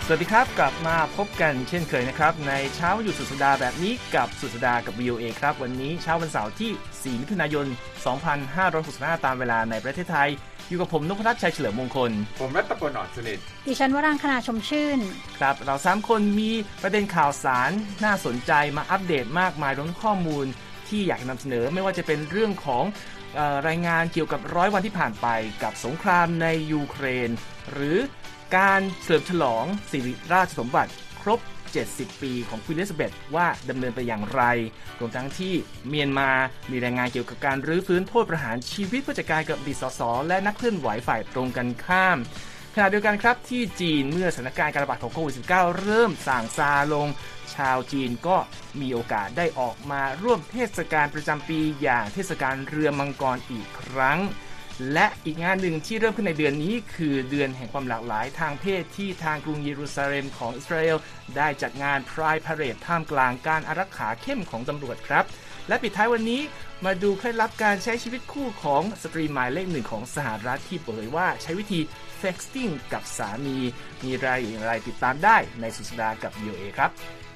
สวัสดีครับกลับมาพบกันเช่นเคยนะครับในเช้าวันหยุดสุดสัปดาห์แบบนี้กับสุดสัปดาห์กับ VOA ครับวันนี้เช้าวันเสาร์ที่4มิถุนายน2565ตามเวลาในประเทศไทยอยู่กับผมนพรัตน์ชัยเฉลิมมงคลผมรัตพล อ่อนสนิทดิฉันวรังคณาชมชื่นครับเรา3คนมีประเด็นข่าวสารน่าสนใจมาอัปเดตมากมายรวมข้อมูลที่อยากนำเสนอไม่ว่าจะเป็นเรื่องของรายงานเกี่ยวกับ100 วันที่ผ่านไปกับสงครามในยูเครนหรือการเฉลิมฉลองสิริราชสมบัติครบ70 ปีของควีนอลิซาเบธว่าดำเนินไปอย่างไรรวมทั้งที่เมียนมามีรายงานเกี่ยวกับการรื้อฟื้นโทษประหารชีวิตผู้จัดการกับอดีตสสและนักเคลื่อนไหวฝ่ายตรงกันข้ามขณะเดียวกันครับที่จีนเมื่อสถานการณ์การระบาดของโควิด -19 เริ่มส่างซาลงชาวจีนก็มีโอกาสได้ออกมาร่วมเทศกาลประจำปีอย่างเทศกาลเรือมังกรอีกครั้งและอีกงานหนึ่งที่เริ่มขึ้นในเดือนนี้คือเดือนแห่งความหลากหลายทางเพศที่ทางกรุงเยรูซาเล็มของอิสราเอลได้จัดงาน Pride Parade ท่ามกลางการอารักขาเข้มของตำรวจครับและปิดท้ายวันนี้มาดูเคล็ดลับการใช้ชีวิตคู่ของสตรีหมายเลขหนึ่งของสหรัฐที่เผยว่าใช้วิธี sexting กับสามีรายอย่างไรติดตามได้ในสุดสัปดาห์กับ VOA ครับ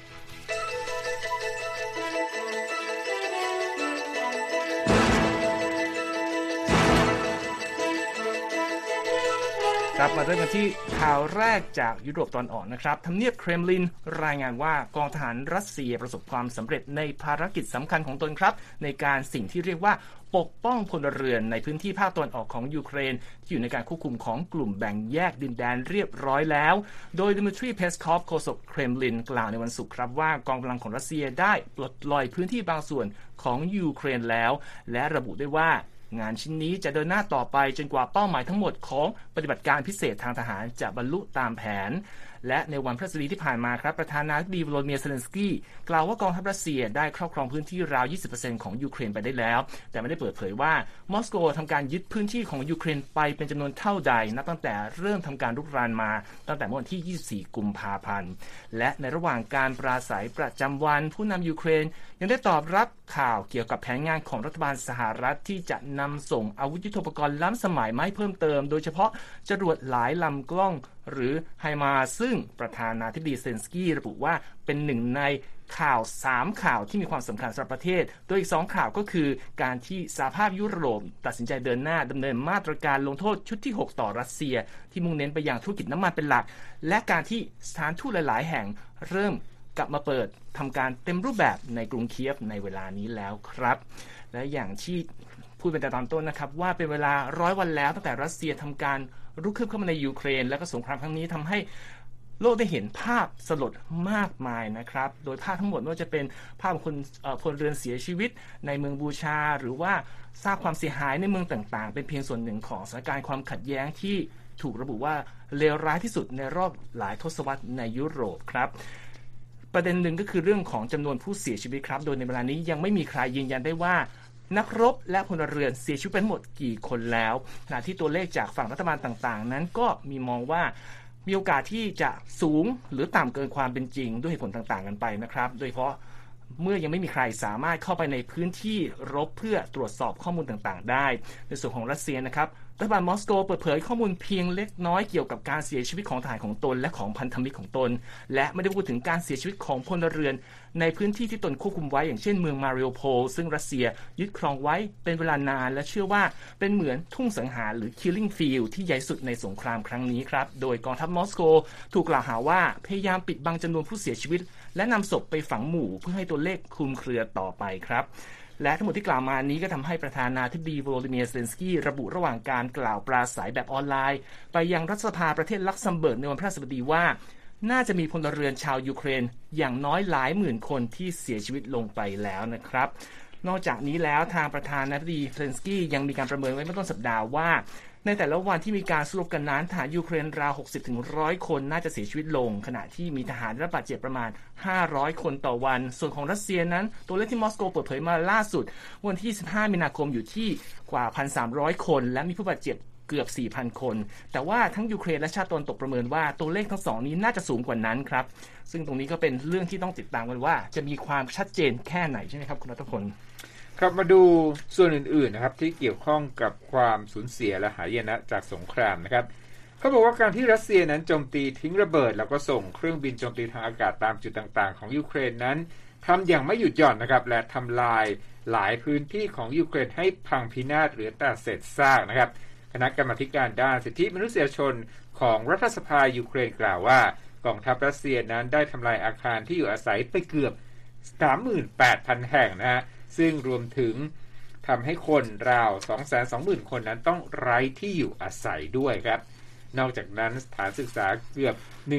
ครับมาเริ่มกันที่ข่าวแรกจากยุโรปตอนออกนะครับทำเนียบเครมลินรายงานว่ากองทหารรัสเซียประสบความสำเร็จในภารกิจสำคัญของตนครับในการสิ่งที่เรียกว่าปกป้องพลเรือนในพื้นที่ภาคตะวันออกของยูเครนที่อยู่ในการควบคุมของกลุ่มแบ่งแยกดินแดนเรียบร้อยแล้วโดยดิมิทรี เพสคอฟโฆษกเครมลินกล่าวในวันศุกร์ครับว่ากองกำลังของรัสเซียได้ปลดปล่อยพื้นที่บางส่วนของยูเครนแล้วและระบุด้วยว่างานชิ้นนี้จะเดินหน้าต่อไปจนกว่าเป้าหมายทั้งหมดของปฏิบัติการพิเศษทางทหารจะบรรลุตามแผนและในวันพฤหัสบดีที่ผ่านมาครับประธานาธิบดีโวโลดิเมียร์ เซเลนสกี้กล่าวว่ากองทัพรัสเซียได้ครอบครองพื้นที่ราว 20% ของยูเครนไปได้แล้วแต่ไม่ได้เปิดเผยว่ามอสโกทำการยึดพื้นที่ของยูเครนไปเป็นจำนวนเท่าใดนับตั้งแต่เริ่มทำการรุกรานมาตั้งแต่เมื่อวันที่ 24 กุมภาพันธ์และในระหว่างการปราศัยประจำวันผู้นำยูเครนยังได้ตอบรับข่าวเกี่ยวกับแผนงานของรัฐบาลสหรัฐที่จะนำส่งอาวุธยุทโธปกรณ์ล้ำสมัยมาให้เพิ่มเติมโดยเฉพาะจรวดหลายลำกล้องหรือไฮมาซึ่งประธานาธิบดีเซเลนสกี้ระบุว่าเป็นหนึ่งในข่าว3ข่าวที่มีความสำคัญสำหรับประเทศโดยอีก2ข่าวก็คือการที่สหภาพยุโรปตัดสินใจเดินหน้าดำเนินมาตรการลงโทษชุดที่6ต่อรัสเซียที่มุ่งเน้นไปยังธุรกิจน้ำมันเป็นหลักและการที่สถานทูตหลายๆแห่งเริ่มกลับมาเปิดทำการเต็มรูปแบบในกรุงเคียฟในเวลานี้แล้วครับและอย่างที่พูดเป็นแต่ตอนต้นนะครับว่าเป็นเวลา100 วันแล้วตั้งแต่รัสเซียทำการรุกคืบเข้ามาในยูเครนและก็สงครามครั้งนี้ทำให้โลกได้เห็นภาพสลดมากมายนะครับโดยภาพทั้งหมดไม่ว่าจะเป็นภาพของคนพลเรือนเสียชีวิตในเมืองบูชาหรือว่าสร้างความเสียหายในเมืองต่างๆเป็นเพียงส่วนหนึ่งของสถานการณ์ความขัดแย้งที่ถูกระบุว่าเลวร้ายที่สุดในรอบหลายทศวรรษในยุโรปครับประเด็นหนึ่งก็คือเรื่องของจำนวนผู้เสียชีวิตครับโดยในเวลานี้ยังไม่มีใครยืนยันได้ว่านักรบและพลเรือนเสียชีวิตเป็นหมดกี่คนแล้วขณะที่ตัวเลขจากฝั่งรัฐบาลต่างๆนั้นก็มีมองว่ามีโอกาสที่จะสูงหรือต่ำเกินความเป็นจริงด้วยเหตุผลต่างๆกันไปนะครับโดยเฉพาะเมื่อยังไม่มีใครสามารถเข้าไปในพื้นที่รบเพื่อตรวจสอบข้อมูลต่างๆได้ในส่วนของรัสเซียนะครับรัฐบาลมอสโกเปิดเผยข้อมูลเพียงเล็กน้อยเกี่ยวกับการเสียชีวิตของทหารของตนและของพันธมิตรของตนและไม่ได้พูดถึงการเสียชีวิตของพลเรือนในพื้นที่ที่ตนควบคุมไว้อย่างเช่นเมืองมาริโอโพลซึ่งรัสเซียยึดครองไว้เป็นเวลานานและเชื่อว่าเป็นเหมือนทุ่งสังหารหรือ killing field ที่ใหญ่สุดในสงครามครั้งนี้ครับโดยกองทัพมอสโกถูกกล่าวหาว่าพยายามปิดบังจำนวนผู้เสียชีวิตและนำศพไปฝังหมู่เพื่อให้ตัวเลขคลุมเครือต่อไปครับและทั้งหมดที่กล่าวมานี้ก็ทำให้ประธานาธิบดีโวโลดิเมียร์ เซเลนสกี้ระบุระหว่างการกล่าวปราศัยแบบออนไลน์ไปยังรัฐสภาประเทศลักเซมเบิร์กในวันพฤหัสบดีว่าน่าจะมีพลเรือนชาวยูเครนอย่างน้อยหลายหมื่นคนที่เสียชีวิตลงไปแล้วนะครับนอกจากนี้แล้วทางประธานาธิบดีเซเลนสกี้ยังมีการประเมินไว้เมื่อต้นสัปดาห์ว่าในแต่ละวันที่มีการสู้รบกันนั้นทหารยูเครนราว 60-100 คนน่าจะเสียชีวิตลงขณะที่มีทหารได้รับบาดเจ็บประมาณ500 คนต่อวันส่วนของรัสเซียนั้นตัวเลขที่มอสโกเปิดเผยมาล่าสุดวันที่25 มีนาคมอยู่ที่กว่า 1,300 คนและมีผู้บาดเจ็บเกือบ 4,000 คนแต่ว่าทั้งยูเครนและชาติตะวันตกประเมินว่าตัวเลขทั้งสองนี้น่าจะสูงกว่านั้นครับซึ่งตรงนี้ก็เป็นเรื่องที่ต้องติดตามกันว่าจะมีความชัดเจนแค่ไหนใช่ไหมครับคุณรัตพลครับมาดูส่วนอื่นๆนะครับที่เกี่ยวข้องกับความสูญเสียและหายนะจากสงครามนะครับเขาบอกว่าการที่รัสเซียนั้นโจมตีทิ้งระเบิดแล้วก็ส่งเครื่องบินโจมตีทางอากาศตามจุดต่างๆของยูเครนนั้นทำอย่างไม่หยุดหย่อนนะครับและทำลายหลายพื้นที่ของยูเครนให้พังพินาศเหลือแต่เศษซากนะครับคณะกรรมาธิการด้านสิทธิมนุษยชนของรัฐสภายูเครนกล่าวว่ากองทัพรัสเซียนั้นได้ทำลายอาคารที่อยู่อาศัยไปเกือบ 38,000 แห่งนะฮะซึ่งรวมถึงทำให้คนราว 220,000 คนนั้นต้องไร้ที่อยู่อาศัยด้วยครับนอกจากนั้นสถานศึกษาเกือบ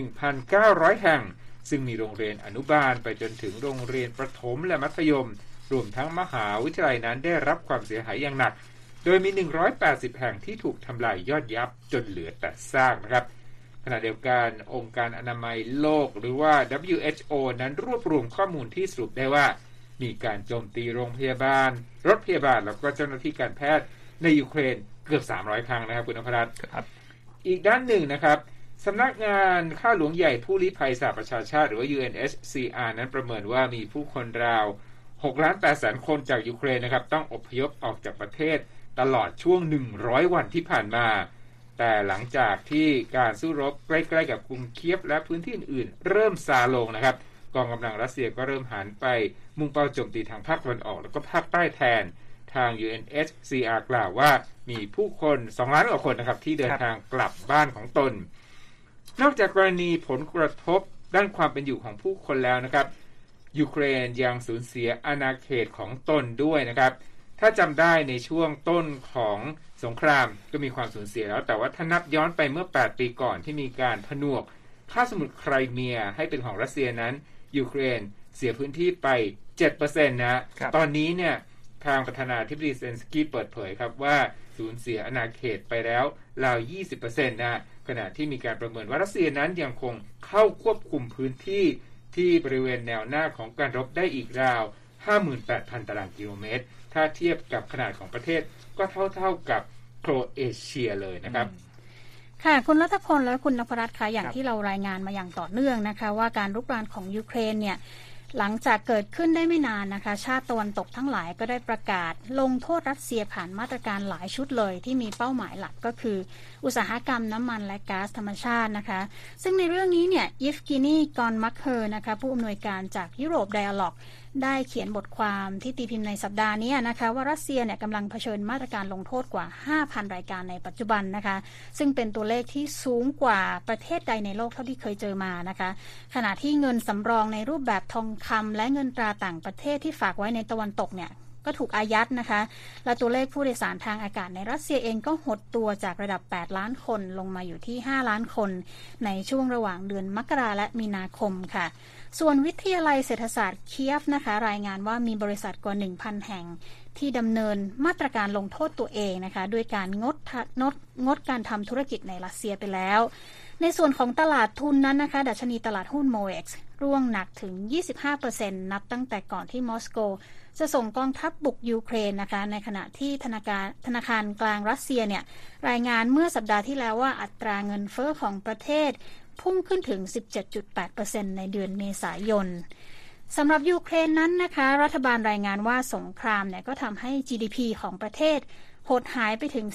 1,900 แห่งซึ่งมีโรงเรียนอนุบาลไปจนถึงโรงเรียนประถมและมัธยมรวมทั้งมหาวิทยาลัยนั้นได้รับความเสียหายอย่างหนักโดยมี180แห่งที่ถูกทำลายยอดยับจนเหลือแต่ซากนะครับขณะเดียวกันองค์การอนามัยโลกหรือว่า WHO นั้นรวบรวมข้อมูลที่สรุปได้ว่ามีการโจมตีโรงพยาบาลรถพยาบาลแล้วก็เจ้าหน้าที่การแพทย์ในยูเครนเกือบ300ครั้งนะครับคุณอภรัตน์ครับอีกด้านหนึ่งนะครับสำนักงานข้าหลวงใหญ่ผู้ลี้ภัยสหประชาชาติหรือว่า UNHCR นั้นประเมินว่ามีผู้คนราว 6,800,000 คนจากยูเครนนะครับต้องอพยพออกจากประเทศตลอดช่วง100วันที่ผ่านมาแต่หลังจากที่การสู้รบใกล้ๆกับกรุงเคียฟและพื้นที่อื่นๆเริ่มซาลงนะครับกองกำลังรัสเซียก็เริ่มหันไปมุ่งเป้าโจมตีทางภาคตะวันออกแล้วก็ภาคใต้แทนทาง UNHCR กล่าวว่ามีผู้คน2ล้านกว่าคนนะครับที่เดินทางกลับบ้านของตนนอกจากกรณีผลกระทบด้านความเป็นอยู่ของผู้คนแล้วนะครับยูเครนยังสูญเสียอาณาเขตของตนด้วยนะครับถ้าจำได้ในช่วงต้นของสงครามก็มีความสูญเสียแล้วแต่ว่าถ้านับย้อนไปเมื่อ8ปีก่อนที่มีการผนวกคาบสมุทรไครเมียให้เป็นของรัสเซียนั้นยูเครนเสียพื้นที่ไป 7% นะตอนนี้เนี่ยทางประธานาธิบดีเซเลนสกี้เปิดเผยครับว่าสูญเสียอาณาเขตไปแล้วราว 20% นะขณะที่มีการประเมินว่ารัสเซียนั้นยังคงเข้าควบคุมพื้นที่ที่บริเวณแนวหน้าของการรบได้อีกราว 58,000 ตารางกิโลเมตรถ้าเทียบกับขนาดของประเทศก็เท่ากับโครเอเชียเลยนะครับค่ะคุณรัตพลและคุณนภรัตน์คะอย่างที่เรารายงานมาอย่างต่อเนื่องนะคะว่าการรุกรานของยูเครนเนี่ยหลังจากเกิดขึ้นได้ไม่นานนะคะชาติตะวันตกทั้งหลายก็ได้ประกาศลงโทษรัสเซียผ่านมาตรการหลายชุดเลยที่มีเป้าหมายหลักก็คืออุตสาหกรรมน้ำมันและก๊าซธรรมชาตินะคะซึ่งในเรื่องนี้เนี่ยยิฟกินีกอนมัคเคอร์นะคะผู้อำนวยการจากยุโรปไดอะล็อกได้เขียนบทความที่ตีพิมพ์ในสัปดาห์นี้นะคะว่ารัสเซียเนี่ยกำลังเผชิญมาตรการลงโทษกว่า 5,000 รายการในปัจจุบันนะคะซึ่งเป็นตัวเลขที่สูงกว่าประเทศใดในโลกเท่าที่เคยเจอมานะคะขณะที่เงินสำรองในรูปแบบทองคำและเงินตราต่างประเทศที่ฝากไว้ในตะวันตกเนี่ยก็ถูกอายัดนะคะและตัวเลขผู้โดยสารทางอากาศในรัสเซียเองก็หดตัวจากระดับ8ล้านคนลงมาอยู่ที่5ล้านคนในช่วงระหว่างเดือนมกราและมีนาคมค่ะส่วนวิทยาลัยเศรษฐศาสตร์เคียฟนะคะรายงานว่ามีบริษัทกว่า 1,000 แห่งที่ดำเนินมาตรการลงโทษตัวเองนะคะด้วยการงดการทำธุรกิจในรัสเซียไปแล้วในส่วนของตลาดทุนนั้นนะคะดัชนีตลาดหุ้นโมเอ็กซ์ร่วงหนักถึง 25% นับตั้งแต่ก่อนที่มอสโกจะส่งกองทัพบุกยูเครนนะคะในขณะที่ธนาคารกลางรัสเซียเนี่ยรายงานเมื่อสัปดาห์ที่แล้วว่าอัตราเงินเฟ้อของประเทศพุ่งขึ้นถึง 17.8% ในเดือนเมษายนสำหรับยูเครนนั้นนะคะรัฐบาลรายงานว่าสงครามเนี่ยก็ทำให้ GDP ของประเทศหดหายไปถึง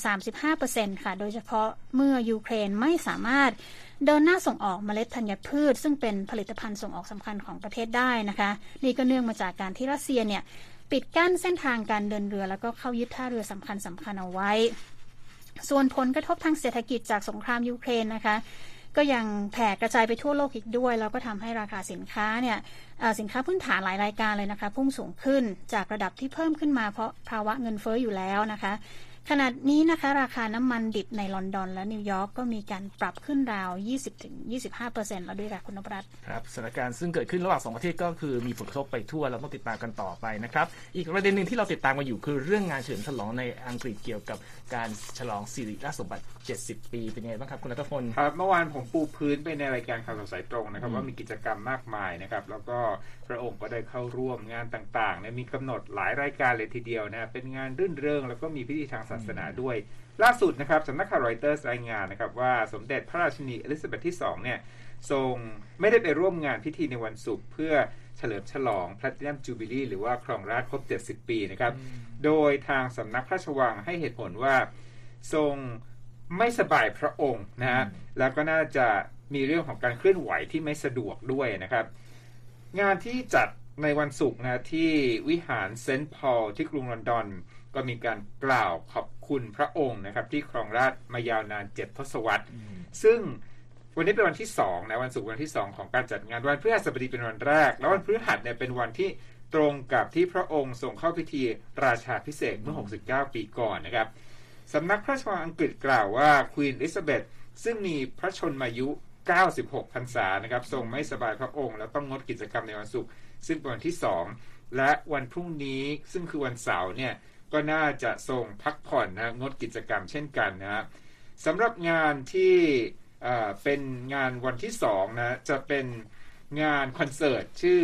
35% ค่ะโดยเฉพาะเมื่อยูเครนไม่สามารถเดินหน้าส่งออกเมล็ดธัญพืชซึ่งเป็นผลิตภัณฑ์ส่งออกสำคัญของประเทศได้นะคะนี่ก็เนื่องมาจากการที่รัสเซียเนี่ยปิดกั้นเส้นทางการเดินเรือแล้วก็เข้ายึดท่าเรือสำคัญเอาไว้ส่วนผลกระทบทางเศรษฐกิจจากสงครามยูเครนนะคะก็ยังแผ่กระจายไปทั่วโลกอีกด้วยแล้วก็ทำให้ราคาสินค้าเนี่ยสินค้าพื้นฐานหลายรายการเลยนะคะพุ่งสูงขึ้นจากระดับที่เพิ่มขึ้นมาเพราะภาวะเงินเฟ้ออยู่แล้วนะคะขณะนี้นะคะราคาน้ำมันดิบในลอนดอนและนิวยอร์กก็มีการปรับขึ้นราว 20-25% แล้วด้วยค่ะคุณนพรัตน์ครับสถานการณ์ซึ่งเกิดขึ้นระหว่าง2ประเทศก็คือมีผลกระทบไปทั่วเราต้องติดตามกันต่อไปนะครับอีกประเด็นนึงที่เราติดตามมาอยู่คือเรื่องงานเฉลิมฉลองในอังกฤษเกี่ยวกับการฉลองสิริราชสมบัติ70 ปีเป็นยังไงบ้างครับคุณณัฐพลครับเมื่อวานผมปูพื้นไปในรายการข่าวสดสายตรงนะครับว่ามีกิจกรรมมากมายนะครับแล้วก็พระองค์ก็ได้เข้าร่วมงานต่างๆเนี่ยมีกำหนดหลายรายการเลยทีเดียวนะเป็นงานรื่นเริงแล้วก็มีพิธีทางศาสนาด้วยล่าสุดนะครับสำนักข่าวรอยเตอร์สรายงานนะครับว่าสมเด็จพระราชินีอลิซาเบธที่2เนี่ยทรงไม่ได้ไปร่วมงานพิธีในวันศุกร์เพื่อเฉลิมฉลอง Platinum Jubilee หรือว่าครองราชย์ครบ70 ปีนะครับโดยทางสำนักพระราชวังให้เหตุผลว่าทรงไม่สบายพระองค์นะฮะแล้วก็น่าจะมีเรื่องของการเคลื่อนไหวที่ไม่สะดวกด้วยนะครับงานที่จัดในวันศุกร์นะที่วิหารเซนต์พอลที่กรุงลอนดอนก็มีการกล่าวขอบคุณพระองค์นะครับที่ครองราชย์มายาวนาน7 ทศวรรษซึ่งวันนี้เป็นวันที่2นะวันศุกร์วันที่2ของการจัดงานวันพฤหัสบดีเป็นวันแรกแล้ววันพฤหัสเนี่ยเป็นวันที่ตรงกับที่พระองค์ทรงเข้าพิธีราชาภิเษกเมื่อ69 ปีก่อนนะครับสำนักพระราชวังอังกฤษกล่าวว่าควีนอลิซาเบธซึ่งมีพระชนมายุ96 พรรษานะครับทรงไม่สบายพระองค์แล้วต้องงดกิจกรรมในวันศุกร์ซึ่งเป็นวันที่2และวันพรุ่งนี้ซึ่งคือวันเสาร์เนี่ยก็น่าจะทรงพักผ่อนนะงดกิจกรรมเช่นกันนะสำหรับงานที่เป็นงานวันที่2นะจะเป็นงานคอนเสิร์ตชื่อ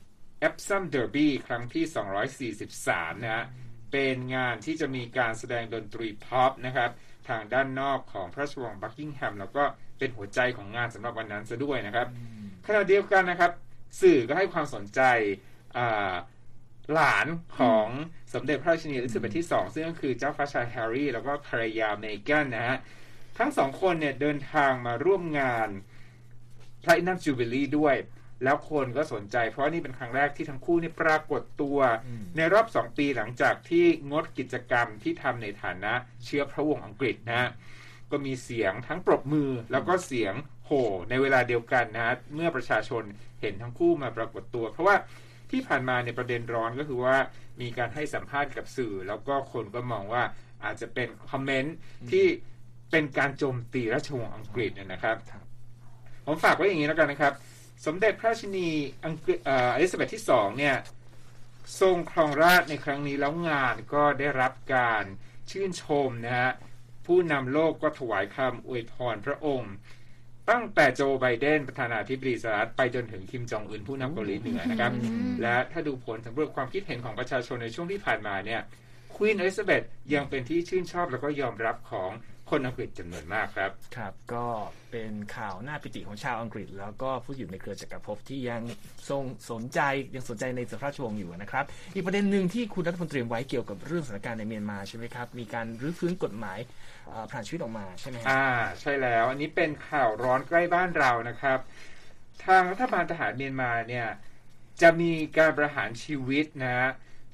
Epsom Derby ครั้งที่243นะฮะเป็นงานที่จะมีการแสดงดนตรีพ็อปนะครับทางด้านนอกของพระราชวังบักกิงแฮมแล้วก็เป็นหัวใจของงานสำหรับวันนั้นซะด้วยนะครับขณะเดียวกันนะครับสื่อก็ให้ความสนใจหลานของสมเด็จพระราชินีอลิซาเบธที่2ซึ่งก็คือเจ้าฟ้าชายแฮร์รี่แล้วก็ภรรยาเมแกนนะฮะทั้งสองคนเนี่ยเดินทางมาร่วมงาน Platinum Jubilee ด้วยแล้วคนก็สนใจเพราะนี่เป็นครั้งแรกที่ทั้งคู่นี่ปรากฏตัวในรอบ2 ปีหลังจากที่งดกิจกรรมที่ทำในฐานะเชื้อพระวงศ์อังกฤษนะก็มีเสียงทั้งปรบมือแล้วก็เสียงโห่ในเวลาเดียวกันนะเมื่อประชาชนเห็นทั้งคู่มาปรากฏตัวเพราะว่าที่ผ่านมาในประเด็นร้อนก็คือว่ามีการให้สัมภาษณ์กับสื่อแล้วก็คนก็มองว่าอาจจะเป็นคอมเมนต์ที่เป็นการโจมตีราชวงศ์อังกฤษนะครับผมฝากไว้อย่างนี้แล้วกันนะครับสมเด็จพระราชินีอังกฤษอลิซาเบธที่2เนี่ยทรงครองราชย์ในครั้งนี้แล้วงานก็ได้รับการชื่นชมนะฮะผู้นำโลกก็ถวายคำอวยพรพระองค์ตั้งแต่โจไบเดนประธานาธิบดีสหรัฐไปจนถึงคิมจองอึนผู้นำเกาหลีเหนือนะครับและถ้าดูผลสำรวจความคิดเห็นของประชาชนในช่วงที่ผ่านมาเนี่ยควีนอลิซาเบธยังเป็นที่ชื่นชอบแล้วก็ยอมรับของคนอังกฤษจำนวนมากครับครับก็เป็นข่าวน่าปิติของชาวอังกฤษแล้วก็ผู้อยู่ในเครือจักรภพที่ยังสนใจในพระราชวงศ์อยู่นะครับอีกประเด็นหนึ่งที่คุณรัฐมนตรีไว้เกี่ยวกับเรื่องสถานการณ์ในเมียนมาใช่ไหมครับมีการรื้อฟื้นกฎหมายผ่านชีวิตออกมาใช่ไหมครับใช่แล้วอันนี้เป็นข่าวร้อนใกล้บ้านเรานะครับทางรัฐบาลทหารเมียนมาเนี่ยจะมีการประหารชีวิตนะ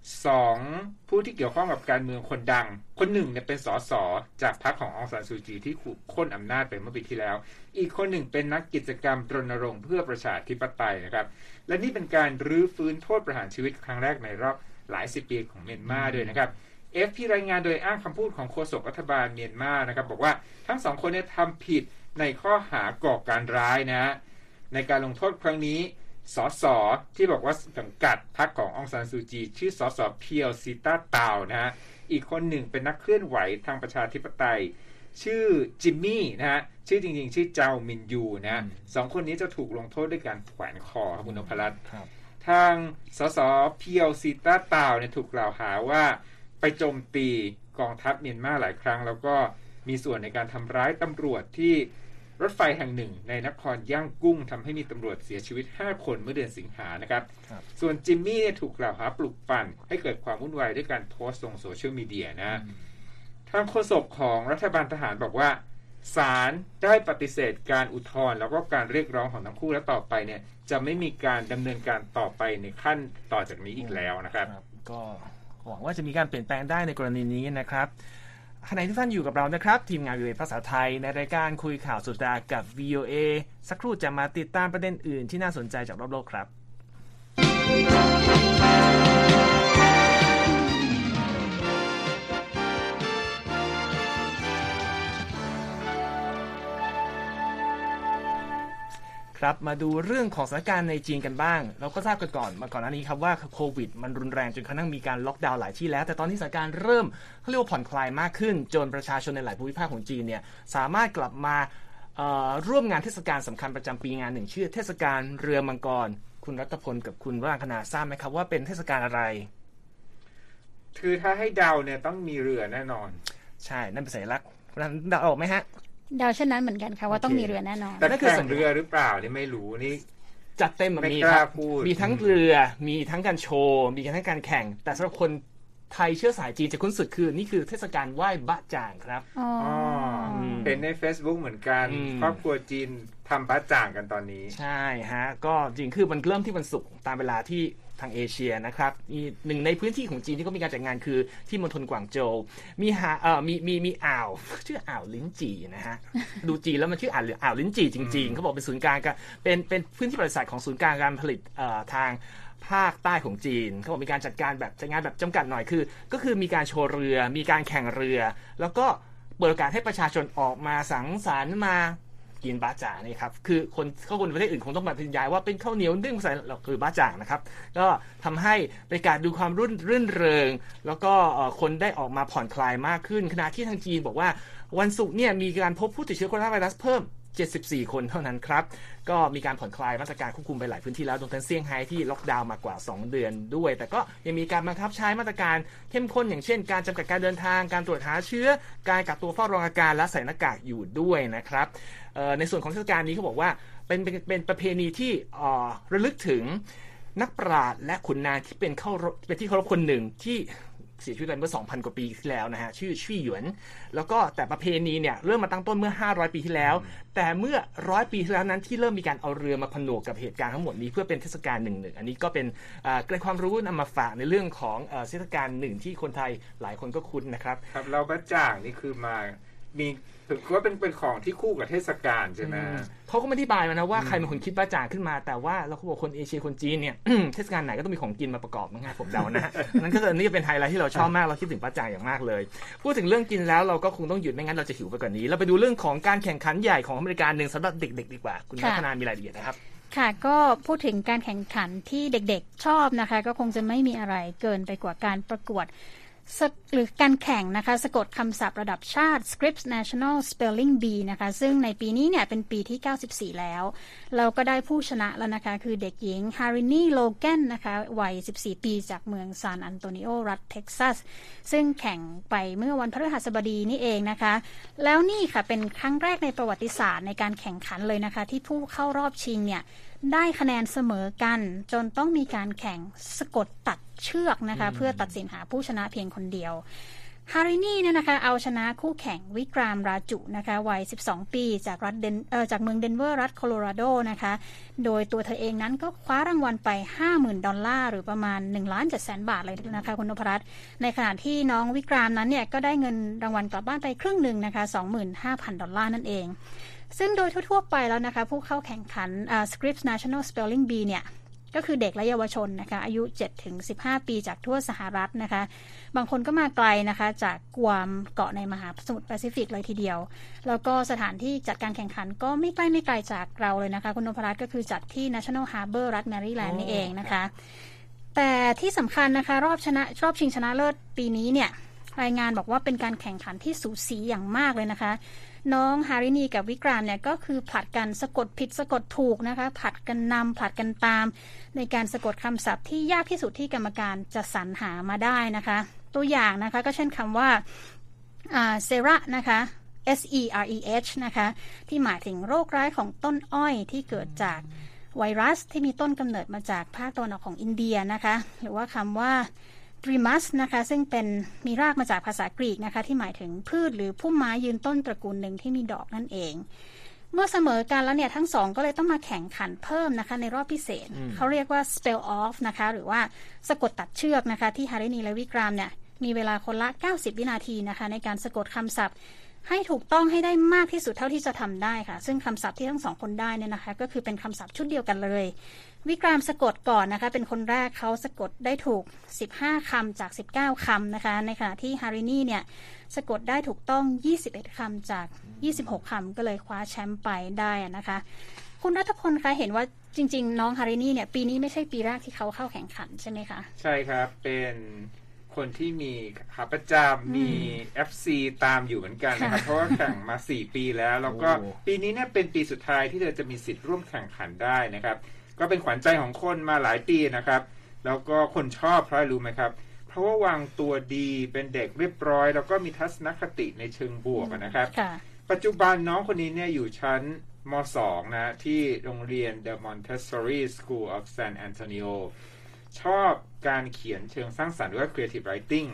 2 ผู้ที่เกี่ยวข้องกับการเมืองคนดังคนหนึ่งเนี่ยเป็นสสจากพรรคขององซานซูจีที่ถูกค้นอำนาจไปเมื่อปีที่แล้วอีกคนหนึ่งเป็นนักกิจกรรมรณรงค์เพื่อประชาธิปไตยนะครับและนี่เป็นการรื้อฟื้นโทษประหารชีวิตครั้งแรกในรอบหลาย10 ปีของเมียนมาด้วยนะครับ FP รายงานโดยอ้างคำพูดของโฆษกรัฐบาลเมียนมานะครับบอกว่าทั้ง2 คนเนี่ยทำผิดในข้อหาก่อการร้ายนะในการลงโทษครั้งนี้สสที่บอกว่าสังกัดพรรคขององซานซูจีชื่อสสเพียวซิต้าตาวนะฮะอีกคนหนึ่งเป็นนักเคลื่อนไหวทางประชาธิปไตยชื่อจิมมี่นะฮะชื่อจริงๆชื่อเจ้ามินยูนะ2 คนนี้จะถูกลงโทษด้วยการแขวนคอครับคุณนพรัตน์ทางสสเพียวซิต้าตาวเนี่ยถูกกล่าวหาว่าไปโจมตีกองทัพเมียนมาหลายครั้งแล้วก็มีส่วนในการทำร้ายตำรวจที่รถไฟแห่งหนึ่งในนครย่างกุ้งทำให้มีตำรวจเสียชีวิต5 คนเมื่อเดือนสิงหานะครับส่วนจิมมี่ถูกกล่าวหาปลุกปั่นให้เกิดความวุ่นวายด้วยการโพสต์ลงโซเชียลมีเดียนะทางโฆษกของรัฐบาลทหารบอกว่าศาลได้ปฏิเสธการอุทธรณ์แล้วก็การเรียกร้องของทั้งคู่และต่อไปเนี่ยจะไม่มีการดำเนินการต่อไปในขั้นต่อจากนี้อีกแล้วนะครับก็หวังว่าจะมีการเปลี่ยนแปลงได้ในกรณีนี้นะครับขณะที่ท่านอยู่กับเรานะครับทีมงาน VOA ภาษาไทยในรายการคุยข่าวสุดสัปดาห์กับ VOA สักครู่จะมาติดตามประเด็นอื่นที่น่าสนใจจากรอบโลกครับครับมาดูเรื่องของสถานการณ์ในจีนกันบ้างเราก็ทราบกันก่อนหน้านี้ครับว่าโควิดมันรุนแรงจนกระทั่งมีการล็อกดาวน์หลายที่แล้วแต่ตอนนี้สถานการณ์เริ่มเขาเรียกว่าผ่อนคลายมากขึ้นจนประชาชนในหลายภูมิภาคของจีนเนี่ยสามารถกลับมาร่วมงานเทศกาลสำคัญประจำปีงานหนึ่งชื่อเทศกาลเรือมังกรคุณรัตพลกับคุณวรังคณาทราบไหมครับว่าเป็นเทศกาลอะไรคือถ้าให้เดาเนี่ยต้องมีเรือแน่นอนใช่นั่นเป็นสัญลักษณ์เดาออกไหมฮะเดาเช่นนั้นเหมือนกันค่ะว่าต้องมีเรือแน่นอนแต่แข่งเรือหรือเปล่านี่ไม่รู้นี่จัดเต็มมีครับมีทั้งเรือมีทั้งการโชว์มีทั้งการแข่งแต่สำหรับคนไทยเชื้อสายจีนจะคุ้นสุดคือนี่คือเทศกาลไหว้บะจ่างครับเห็นใน Facebook เหมือนกันครอบครัวจีนทำบ้าจ่างกันตอนนี้ใช่ฮะก็จริงคือมันเริ่มที่วันศุกร์ตามเวลาที่ทางเอเชียนะครับหนึ่งในพื้นที่ของจีนที่เขามีการจัดงานคือที่มณฑลกวางโจวมีอ่าวชื่ออ่าวลิ้นจี่นะฮะ ดูจีนแล้วมันชื่ออ่าวลิ้นจี่จริงๆเขาบอกเป็นศูนย์กลางเป็นพื้นที่ประวัติศาสตร์ของศูนย์กลางการผลิตทางภาคใต้ของจีนเขาบอกมีการจัดงานแบบจำกัดหน่อยก็คือมีการโชว์เรือมีการแข่งเรือแล้วก็เปิดโอกาสให้ประชาชนออกมาสังสรรค์มากินบ้าจ่างนี่ครับคือคนประเทศอื่นคงต้องมาบรรยายว่าเป็นข้าวเหนียวนึ่งใส่เราคือบ้าจ่างนะครับก็ทำให้บรรยากาศดูความรื่นเริงแล้วก็คนได้ออกมาผ่อนคลายมากขึ้นขณะที่ทางจีนบอกว่าวันศุกร์เนี่ยมีการพบผู้ติดเชื้อโคโรนาไวรัสเพิ่ม74 คนเท่านั้นครับก็มีการผ่อนคลายมาตรการควบคุมไปหลายพื้นที่แล้วรวมทั้งเซี่ยงไฮ้ที่ล็อกดาวน์มากว่า2เดือนด้วยแต่ก็ยังมีการบังคับใช้มาตรการเข้มข้นอย่างเช่นการจำกัดการเดินทางการตรวจหาเชื้อการกักตัวเฝ้าระวังอาการและใส่หน้ากากอยู่ด้วยนะครับในส่วนของเทศกาลนี้เขาบอกว่าเป็นประเพณีที่ระลึกถึงนักปราชญ์และขุนนางที่เป็นที่เคารพคนหนึ่งที่เสียชีวิตไปเมื่อ 2,000 กว่าปีที่แล้วนะฮะชื่อชี่หยวนแล้วก็แต่ประเพณีเนี่ยเริ่มมาตั้งต้นเมื่อ500 ปีที่แล้วแต่เมื่อ100 ปีที่แล้วนั้นที่เริ่มมีการเอาเรือมาผนวกกับเหตุการณ์ทั้งหมดนี้เพื่อเป็นเทศกาลหนึ่งอันนี้ก็เป็นเกร็ดความรู้นำมาฝากในเรื่องของเทศกาลหนึ่งที่คนไทยหลายคนก็คุ้นนะครับครับเราบ้าจ่างนี่คือมีถือว่าเป็นของที่คู่กับเทศกาลใช่ไหมเขาก็ไม่อธิบายมานะว่าใครเป็นคนคิดบ้าจ่างขึ้นมาแต่ว่าเราก็บอกคนเอเชียคนจีนเนี่ย เทศกาลไหนก็ต้องมีของกินมาประกอบง่ายผมเดานะนั่นก็นี่เป็นไฮไลท์ที่เราชอบมากเราคิดถึงบ้าจ่างอย่างมากเลยพูดถึงเรื่องกินแล้วเราก็คงต้องหยุดไม่งั้นเราจะหิวไปกว่านี้เราไปดูเรื่องของการแข่งขันใหญ่ของอเมริกาหนึ่งสำหรับเด็กๆดีกว่าคุณรัตนามีรายละเอียดนะครับค่ะก็พูดถึงการแข่งขันที่เด็กๆชอบนะคะก็คงจะไม่มีอะไรเกินไปกว่าการประกวดหรือการแข่งนะคะสะกดคำศัพท์ระดับชาติ Scripps National Spelling Bee นะคะซึ่งในปีนี้เนี่ยเป็นปีที่94แล้วเราก็ได้ผู้ชนะแล้วนะคะคือเด็กหญิง Harini Logan นะคะวัย14 ปีจากเมืองซานอันโตนิโอรัฐเท็กซัสซึ่งแข่งไปเมื่อวันพฤหัสบดีนี่เองนะคะแล้วนี่ค่ะเป็นครั้งแรกในประวัติศาสตร์ในการแข่งขันเลยนะคะที่ผู้เข้ารอบชิงเนี่ยได้คะแนนเสมอกันจนต้องมีการแข่งสะกดตัดเชือกนะคะเพื่อตัดสินหาผู้ชนะเพียงคนเดียวฮารินี่เนี่ยนะคะเอาชนะคู่แข่งวิกรามราจุนะคะวัย12 ปีจากจากเมืองเดนเวอร์รัฐโคโลราโดนะคะโดยตัวเธอเองนั้นก็คว้ารางวัลไป $50,000 หรือประมาณ 1,700,000 บาทเลยนะคะคุณนพรัตน์ในขณะที่น้องวิกรามนั้นเนี่ยก็ได้เงินรางวัลกลับบ้านไปครึ่งหนึ่งนะคะ $25,000 นั่นเองซึ่งโดยทั่วๆไปแล้วนะคะผู้เข้าแข่งขันScripps National Spelling Bee เนี่ยก็คือเด็กและเยาวชนนะคะอายุ 7-15 ปีจากทั่วสหรัฐนะคะบางคนก็มาไกลนะคะจากกวามเกาะในมหาสมุทรแปซิฟิกเลยทีเดียวแล้วก็สถานที่จัดการแข่งขันก็ไม่ไกลจากเราเลยนะคะคุณนพรัตน์ก็คือจัดที่ National Harbor รัฐแมริแลนด์นี่เองนะคะแต่ที่สำคัญนะคะรอบชิงชนะเลิศปีนี้เนี่ยรายงานบอกว่าเป็นการแข่งขันที่สูสีอย่างมากเลยนะคะน้องฮารินีกับวิกรามเนี่ยก็คือผลัดกันสะกดผิดสะกดถูกนะคะผลัดกันนำผลัดกันตามในการสะกดคำศัพท์ที่ยากที่สุดที่กรรมการจะสรรหามาได้นะคะตัวอย่างนะคะก็เช่นคำว่าเซระนะคะ SEREH นะคะที่หมายถึงโรคร้ายของต้นอ้อยที่เกิดจากไวรัสที่มีต้นกำเนิดมาจากภาคตะวันออกของอินเดียนะคะหรือว่าคำว่าDreamus นะคะซึ่งมีรากมาจากภาษากรีกนะคะที่หมายถึงพืชหรือพุ่มไม้ยืนต้นตระกูลหนึ่งที่มีดอกนั่นเองเมื่อเสมอกันแล้วเนี่ยทั้งสองก็เลยต้องมาแข่งขันเพิ่มนะคะในรอบพิเศษเขาเรียกว่า spell off นะคะหรือว่าสะกดตัดเชือกนะคะที่ฮารินีและวิกรามเนี่ยมีเวลาคนละ90 วินาทีนะคะในการสะกดคำศัพท์ให้ถูกต้องให้ได้มากที่สุดเท่าที่จะทำได้ค่ะซึ่งคำศัพท์ที่ทั้งสองคนได้เนี่ยนะคะก็คือเป็นคำศัพท์ชุดเดียวกันเลยวิกรามสะกดก่อนนะคะเป็นคนแรกเขาสะกดได้ถูก15คำจาก19คำนะคะในขณะที่ฮารินีเนี่ยสะกดได้ถูกต้อง21คำจาก26คำก็เลยคว้าแชมป์ไปได้นะคะคุณรัฐพลคะเห็นว่าจริงๆน้องฮารินีเนี่ยปีนี้ไม่ใช่ปีแรกที่เขาเข้าแข่งขันใช่ไหมคะใช่ครับเป็นคนที่มีขาประจำมี FC ตามอยู่เหมือนกันนะครับเพราะว่าแข่งมา4ปีแล้วก็ปีนี้เนี่ยเป็นปีสุดท้ายที่เธอจะมีสิทธิ์ร่วมแข่งขันได้นะครับก็เป็นขวัญใจของคนมาหลายปีนะครับแล้วก็คนชอบเพราะรู้ไหมครับเพราะว่าวางตัวดีเป็นเด็กเรียบร้อยแล้วก็มีทัศนคติในเชิงบวกนะครับปัจจุบันน้องคนนี้เนี่ยอยู่ชั้นม.2 นะที่โรงเรียน The Montessori School of San Antonio ชอบการเขียนเชิงสร้างสรรค์หรือว่า creative writing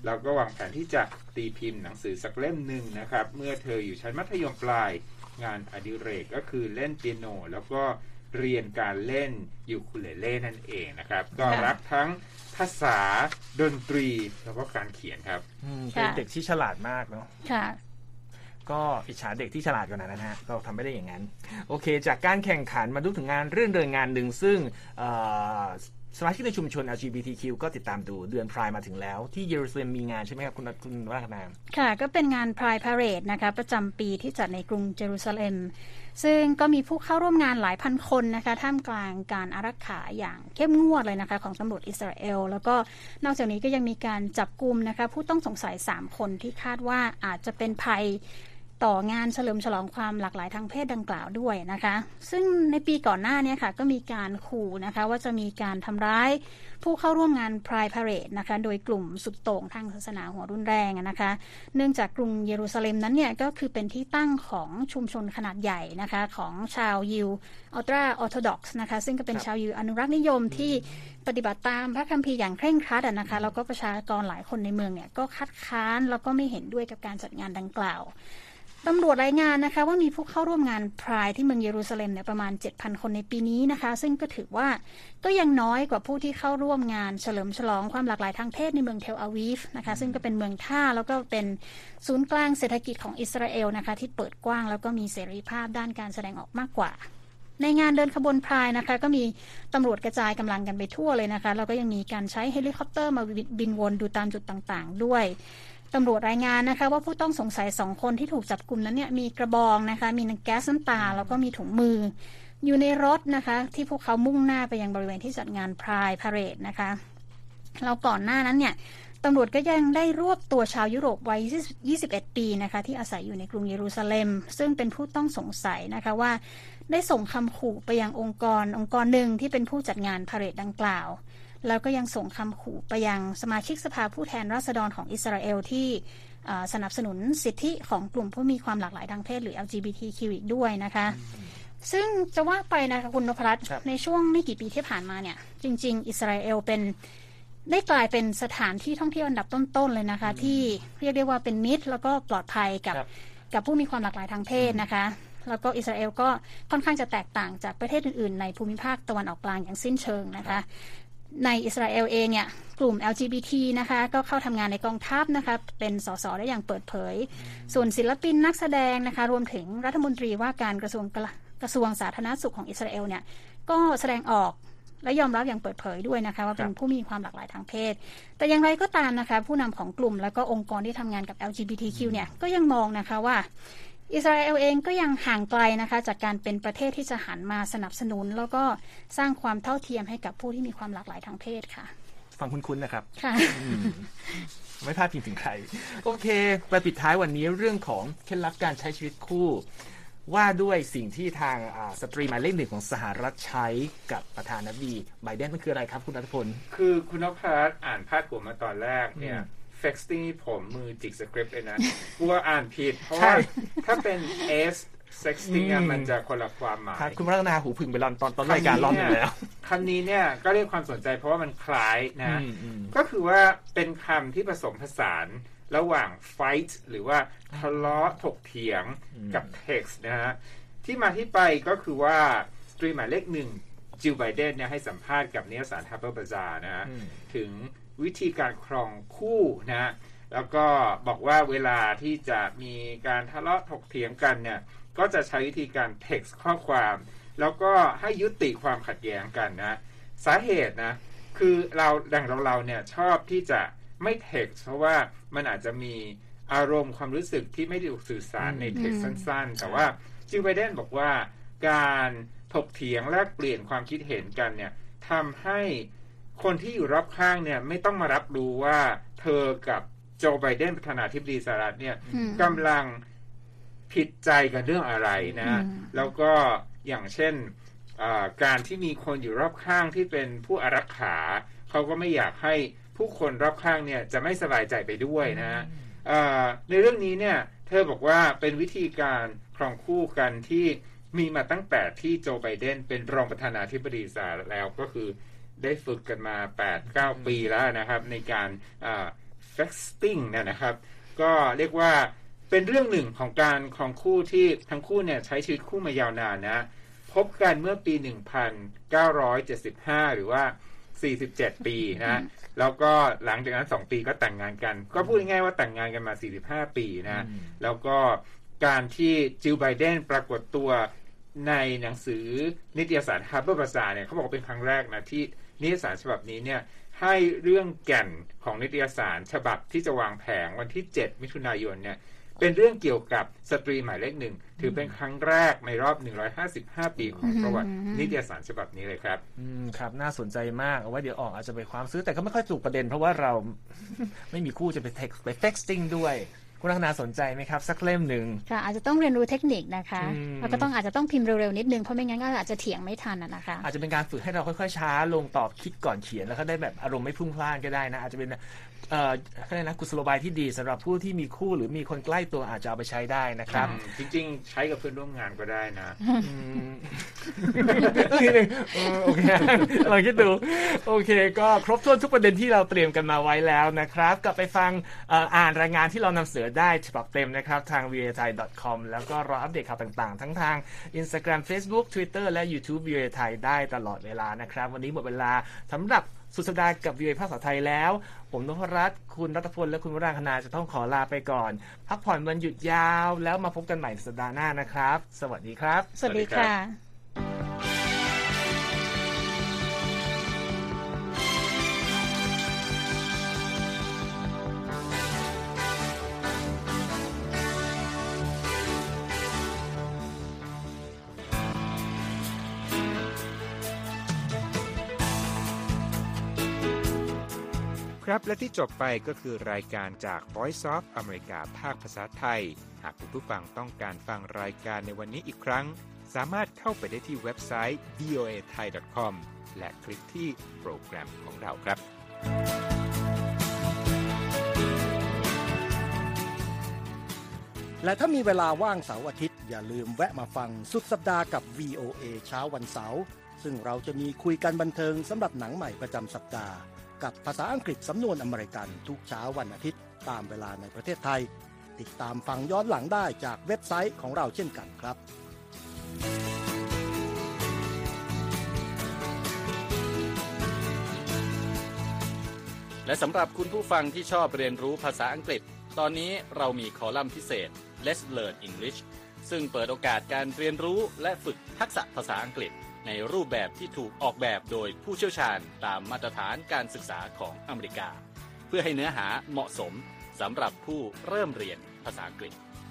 แล้วก็วางแผนที่จะตีพิมพ์หนังสือสักเล่มหนึ่งนะครับเมื่อเธออยู่ชั้นมัธยมปลายงานอดิเรกก็คือเล่นเปียโนแล้วก็เรียนการเล่นยูคูเลเล่นั่นเองนะครับก็รักทั้งภาษาดนตรีแล้วก็การเขียนครับเป็นเด็กที่ฉลาดมากเนาะค่ะก็อิจฉาเด็กที่ฉลาดกว่านั้นนะฮะก็ทำไม่ได้อย่างนั้นโอเคจากการแข่งขันมาดูถึงงานเรื่องเดินงานหนึ่งซึ่งสมาชิกในชุมชน LGBTQ ก็ติดตามดูเดือนพรายมาถึงแล้วที่เยรูซาเล็มมีงานใช่ไหมครับคุณวราคณาค่ะก็เป็นงานพรายพาเหรดนะคะประจำปีที่จัดในกรุงเยรูซาเล็มซึ่งก็มีผู้เข้าร่วมงานหลายพันคนนะคะท่ามกลางการอารักขาอย่างเข้มงวดเลยนะคะของตำรวจอิสราเอลแล้วก็นอกจากนี้ก็ยังมีการจับกุมนะคะผู้ต้องสงสัย3คนที่คาดว่าอาจจะเป็นภัยต่องานเฉลิมฉลองความหลากหลายทางเพศดังกล่าวด้วยนะคะซึ่งในปีก่อนหน้านี้ค่ะก็มีการขู่นะคะว่าจะมีการทำร้ายผู้เข้าร่วมงานพรายพาเหรดนะคะโดยกลุ่มสุดโต่งทางศาสนาหัวรุนแรงนะคะเนื่องจากกรุงเยรูซาเล็มนั้นเนี่ยก็คือเป็นที่ตั้งของชุมชนขนาดใหญ่นะคะของชาวยิวอัลตราออร์โธดอกซ์นะคะซึ่งก็เป็นชาวยิวอนุรักษ์นิยมที่ปฏิบัติตามพระคัมภีร์อย่างเคร่งครัดนะคะแล้วก็ประชากรหลายคนในเมืองเนี่ยก็คัดค้านแล้วก็ไม่เห็นด้วยกับการจัดงานดังกล่าวตำรวจรายงานนะคะว่ามีผู้เข้าร่วมงานพรายที่เมืองเยรูซาเล็มเนี่ยประมาณ 7,000 คนในปีนี้นะคะซึ่งก็ถือว่าก็ยังน้อยกว่าผู้ที่เข้าร่วมงานเฉลิมฉลองความหลากหลายทางเพศในเมืองเทลอาวีฟนะคะซึ่งก็เป็นเมืองท่าแล้วก็เป็นศูนย์กลางเศรษฐกิจของอิสราเอลนะคะที่เปิดกว้างแล้วก็มีเสรีภาพด้านการแสดงออกมากกว่าในงานเดินขบวนพรายนะคะก็มีตำรวจกระจายกำลังกันไปทั่วเลยนะคะแล้วก็ยังมีการใช้เฮลิคอปเตอร์มาบินวนดูตามจุดต่างๆด้วยตำรวจรายงานนะคะว่าผู้ต้องสงสัย2คนที่ถูกจับกุมนั้นเนี่ยมีกระบองนะคะมีแก๊สน้ำตาแล้วก็มีถุงมืออยู่ในรถนะคะที่พวกเขามุ่งหน้าไปยังบริเวณที่จัดงานพรายพาเหรดนะคะแล้วก่อนหน้านั้นเนี่ยตำรวจก็ยังได้รวบตัวชาวยุโรปวัย21 ปีนะคะที่อาศัยอยู่ในกรุงเยรูซาเล็มซึ่งเป็นผู้ต้องสงสัยนะคะว่าได้ส่งคำขู่ไปยังองค์กรหนึ่งที่เป็นผู้จัดงานพาเหรดดังกล่าวแล้วก็ยังส่งคำขู่ไปยังสมาชิกสภาผู้แทนราษฎรของอิสราเอลที่สนับสนุนสิทธิของกลุ่มผู้มีความหลากหลายทางเพศหรือ LGBTQ อีกด้วยนะคะซึ่งจะว่าไปนะคะคุณนพรัตน์ในช่วงไม่กี่ปีที่ผ่านมาเนี่ยจริงๆอิสราเอลได้กลายเป็นสถานที่ท่องเที่ยวอันดับต้นๆเลยนะคะที่เรียกได้ว่าเป็นมิตรแล้วก็ปลอดภัยกับผู้มีความหลากหลายทางเพศนะคะแล้วก็อิสราเอลก็ค่อนข้างจะแตกต่างจากประเทศอื่นๆในภูมิภาคตะวันออกกลางอย่างสิ้นเชิงนะคะในอิสราเอลเองเนี่ยกลุ่ม LGBT นะคะก็เข้าทำงานในกองทัพนะคะเป็นสสได้อย่างเปิดเผยส่วนศิลปินนักแสดงนะคะรวมถึงรัฐมนตรีว่าการกระทรวงสาธารณสุขของอิสราเอลเนี่ยก็แสดงออกและยอมรับอย่างเปิดเผยด้วยนะคะว่าเป็นผู้มีความหลากหลายทางเพศแต่อย่างไรก็ตามนะคะผู้นำของกลุ่มและก็องค์กรที่ทำงานกับ LGBTQ เนี่ยก็ยังมองนะคะว่าอิสราเอลเองก็ยังห่างไกลนะคะจากการเป็นประเทศที่จะหันมาสนับสนุนแล้วก็สร้างความเท่าเทียมให้กับผู้ที่มีความหลากหลายทางเพศค่ะฟังคุ้นๆนะครับค่ะไม่พลาดพิงถึงใครโอเคไปปิดท้ายวันนี้เรื่องของเคล็ดลับการใช้ชีวิตคู่ว่าด้วยสิ่งที่ทางสตรีหมายเลข 1ของสหรัฐใช้กับประธานาธิบดีไบเดนมันคืออะไรครับคุณรัฐพลคือคุณนพรัตน์อ่านพาดหัวมาตอนแรกเนี่ยsexting ผมมือจิกสคริปต์เลยนะกลัวอ่านผิดเพราะว่าถ้าเป็น S sexting มันจะคนละความหมายคุณรัตนาหูผึ่งไปตอนรายการรอบนึงแล้วคำนี้เนี่ยก็เรียกความสนใจเพราะว่ามันคล้ายนะก็คือว่าเป็นคำที่ผสมผสานระหว่าง fight หรือว่าทะเลาะถกเถียงกับ text นะฮะที่มาที่ไปก็คือว่าสตรีหมายเลข 1จิลไบเดนเนี่ยให้สัมภาษณ์กับนิตยสาร Harper's Bazaar นะฮะถึงวิธีการครองคู่นะแล้วก็บอกว่าเวลาที่จะมีการทะเลาะถกเถียงกันเนี่ยก็จะใช้วิธีการ text ข้อความแล้วก็ให้ยุติความขัดแย้งกันนะสาเหตุนะคือเราเนี่ยชอบที่จะไม่ text เพราะว่ามันอาจจะมีอารมณ์ความรู้สึกที่ไม่ได้ถูกสื่อสารใน text สั้นๆแต่ว่าจิลไบเดนบอกว่าการถกเถียงแลกเปลี่ยนความคิดเห็นกันเนี่ยทำให้คนที่อยู่รอบข้างเนี่ยไม่ต้องมารับรู้ว่าเธอกับโจไบเดนประธานาธิบดีสหรัฐเนี่ยกำลังผิดใจกันเรื่องอะไรนะแล้วก็อย่างเช่นการที่มีคนอยู่รอบข้างที่เป็นผู้อารักขาเขาก็ไม่อยากให้ผู้คนรอบข้างเนี่ยจะไม่สบายใจไปด้วยนะในเรื่องนี้เนี่ยเธอบอกว่าเป็นวิธีการครองคู่กันที่มีมาตั้งแต่ที่โจไบเดนเป็นรองประธานาธิบดีสหรัฐแล้วก็คือได้ฝึกกันมา 8-9 ปีแล้วนะครับในการ sexting นะครับก็เรียกว่าเป็นเรื่องหนึ่งของการของคู่ที่ทั้งคู่เนี่ยใช้ชีวิตคู่มายาวนานนะพบกันเมื่อปี 1975 หรือว่า 47 ปีนะแล้วก็หลังจากนั้น2ปีก็แต่งงานกันก็พูดง่ายๆว่าแต่งงานกันมา45 ปีนะแล้วก็การที่จิลไบเดนปรากฏตัวในหนังสือนิตยสาร Harper's Bazaar เนี่ยเขาบอกเป็นครั้งแรกนะที่นิตยสารฉบับนี้เนี่ยให้เรื่องแก่นของนิตยสารฉบับที่จะวางแผงวันที่7มิถุนายนเนี่ยเป็นเรื่องเกี่ยวกับสตรีหมายเลขหนึ่งถือเป็นครั้งแรกในรอบ155ปีของประวัตินิตยสารฉบับนี้เลยครับครับน่าสนใจมากเอาไว้เดี๋ยวออกอาจจะไปความซื้อแต่ก็ไม่ค่อยถูกประเด็นเพราะว่าเรา ไม่มีคู่จะไปเท็กซ์ติ้งด้วยคุณลักษณาสนใจไหมครับสักเล่มหนึ่งค่ะอาจจะต้องเรียนรู้เทคนิคนะคะแล้วก็อาจจะต้องพิมพ์เร็วๆนิดนึงเพราะไม่งั้นก็อาจจะเถียงไม่ทันนะคะอาจจะเป็นการฝึกให้เราค่อยๆช้าลงตอบคิดก่อนเขียนแล้วก็ได้แบบอารมณ์ไม่พุ่งพล่านก็ได้นะอาจจะเป็นกุศโลบายที่ดีสำหรับผู้ที่มีคู่หรือมีคนใกล้ตัวอาจจะเอาไปใช้ได้นะครับจริงๆใช้กับเพื่อนร่วมงานก็ได้นะโอเคลองคิดดูโอเคก็ครบถ้วนทุกประเด็นที่เราเตรียมกันมาไว้แล้วนะครับกลับไปฟังอ่านรายงานที่เรานำเสนอได้ฉบับเต็มนะครับทาง voathai.com แล้วก็รออัปเดตข่าวต่างๆทั้งทาง Instagram Facebook Twitter และ YouTube VOA Thai ได้ตลอดเวลานะครับวันนี้หมดเวลาสำหรับสุดสัปดาห์กับ VOA ภาษาไทยแล้วผมนพรัตน์คุณรัตพลและคุณวรางคณาจะต้องขอลาไปก่อนพักผ่อนวันหยุดยาวแล้วมาพบกันใหม่สัปดาห์หน้านะครับสวัสดีครับสวัสดีค่ะครับและที่จบไปก็คือรายการจาก Voice of America ภาคภาษาไทยหากคุณผู้ฟังต้องการฟังรายการในวันนี้อีกครั้งสามารถเข้าไปได้ที่เว็บไซต์ voathai.com และคลิกที่โปรแกรมของเราครับและถ้ามีเวลาว่างเสาร์อาทิตย์อย่าลืมแวะมาฟังสุดสัปดาห์กับ VOA เช้าวันเสาร์ซึ่งเราจะมีคุยกันบันเทิงสำหรับหนังใหม่ประจำสัปดาห์กับภาษาอังกฤษสำนวนอเมริกันทุกเช้าวันอาทิตย์ตามเวลาในประเทศไทยติดตามฟังย้อนหลังได้จากเว็บไซต์ของเราเช่นกันครับและสำหรับคุณผู้ฟังที่ชอบเรียนรู้ภาษาอังกฤษตอนนี้เรามีคอลัมน์พิเศษ Let's Learn English ซึ่งเปิดโอกาสการเรียนรู้และฝึกทักษะภาษาอังกฤษในรูปแบบที่ถูกออกแบบโดยผู้เชี่ยวชาญตามมาตรฐานการศึกษาของอเมริกาเพื่อให้เนื้อหาเหมาะสมสำหรับผู้เริ่มเรียนภาษาอังกฤษ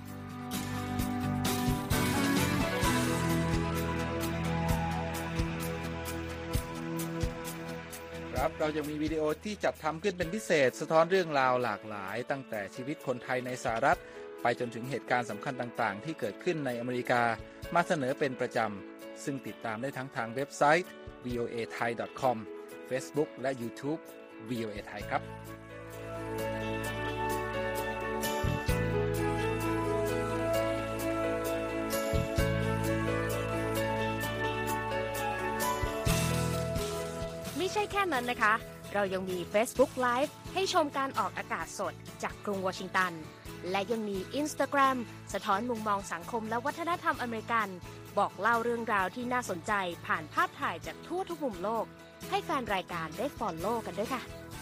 ครับเรายังมีวิดีโอที่จัดทำขึ้นเป็นพิเศษสะท้อนเรื่องราวหลากหลายตั้งแต่ชีวิตคนไทยในสหรัฐไปจนถึงเหตุการณ์สำคัญต่างๆที่เกิดขึ้นในอเมริกามาเสนอเป็นประจำซึ่งติดตามได้ทั้งทางเว็บไซต์ voathai.com Facebook และ YouTube VOA Thai ครับไม่ใช่แค่นั้นนะคะเรายังมี Facebook Live ให้ชมการออกอากาศสดจากกรุงวอชิงตันและยังมี Instagram สะท้อนมุมมองสังคมและวัฒนธรรมอเมริกันบอกเล่าเรื่องราวที่น่าสนใจผ่านภาพถ่ายจากทั่วทุกมุมโลกให้แฟนรายการได้ follow กันด้วยค่ะ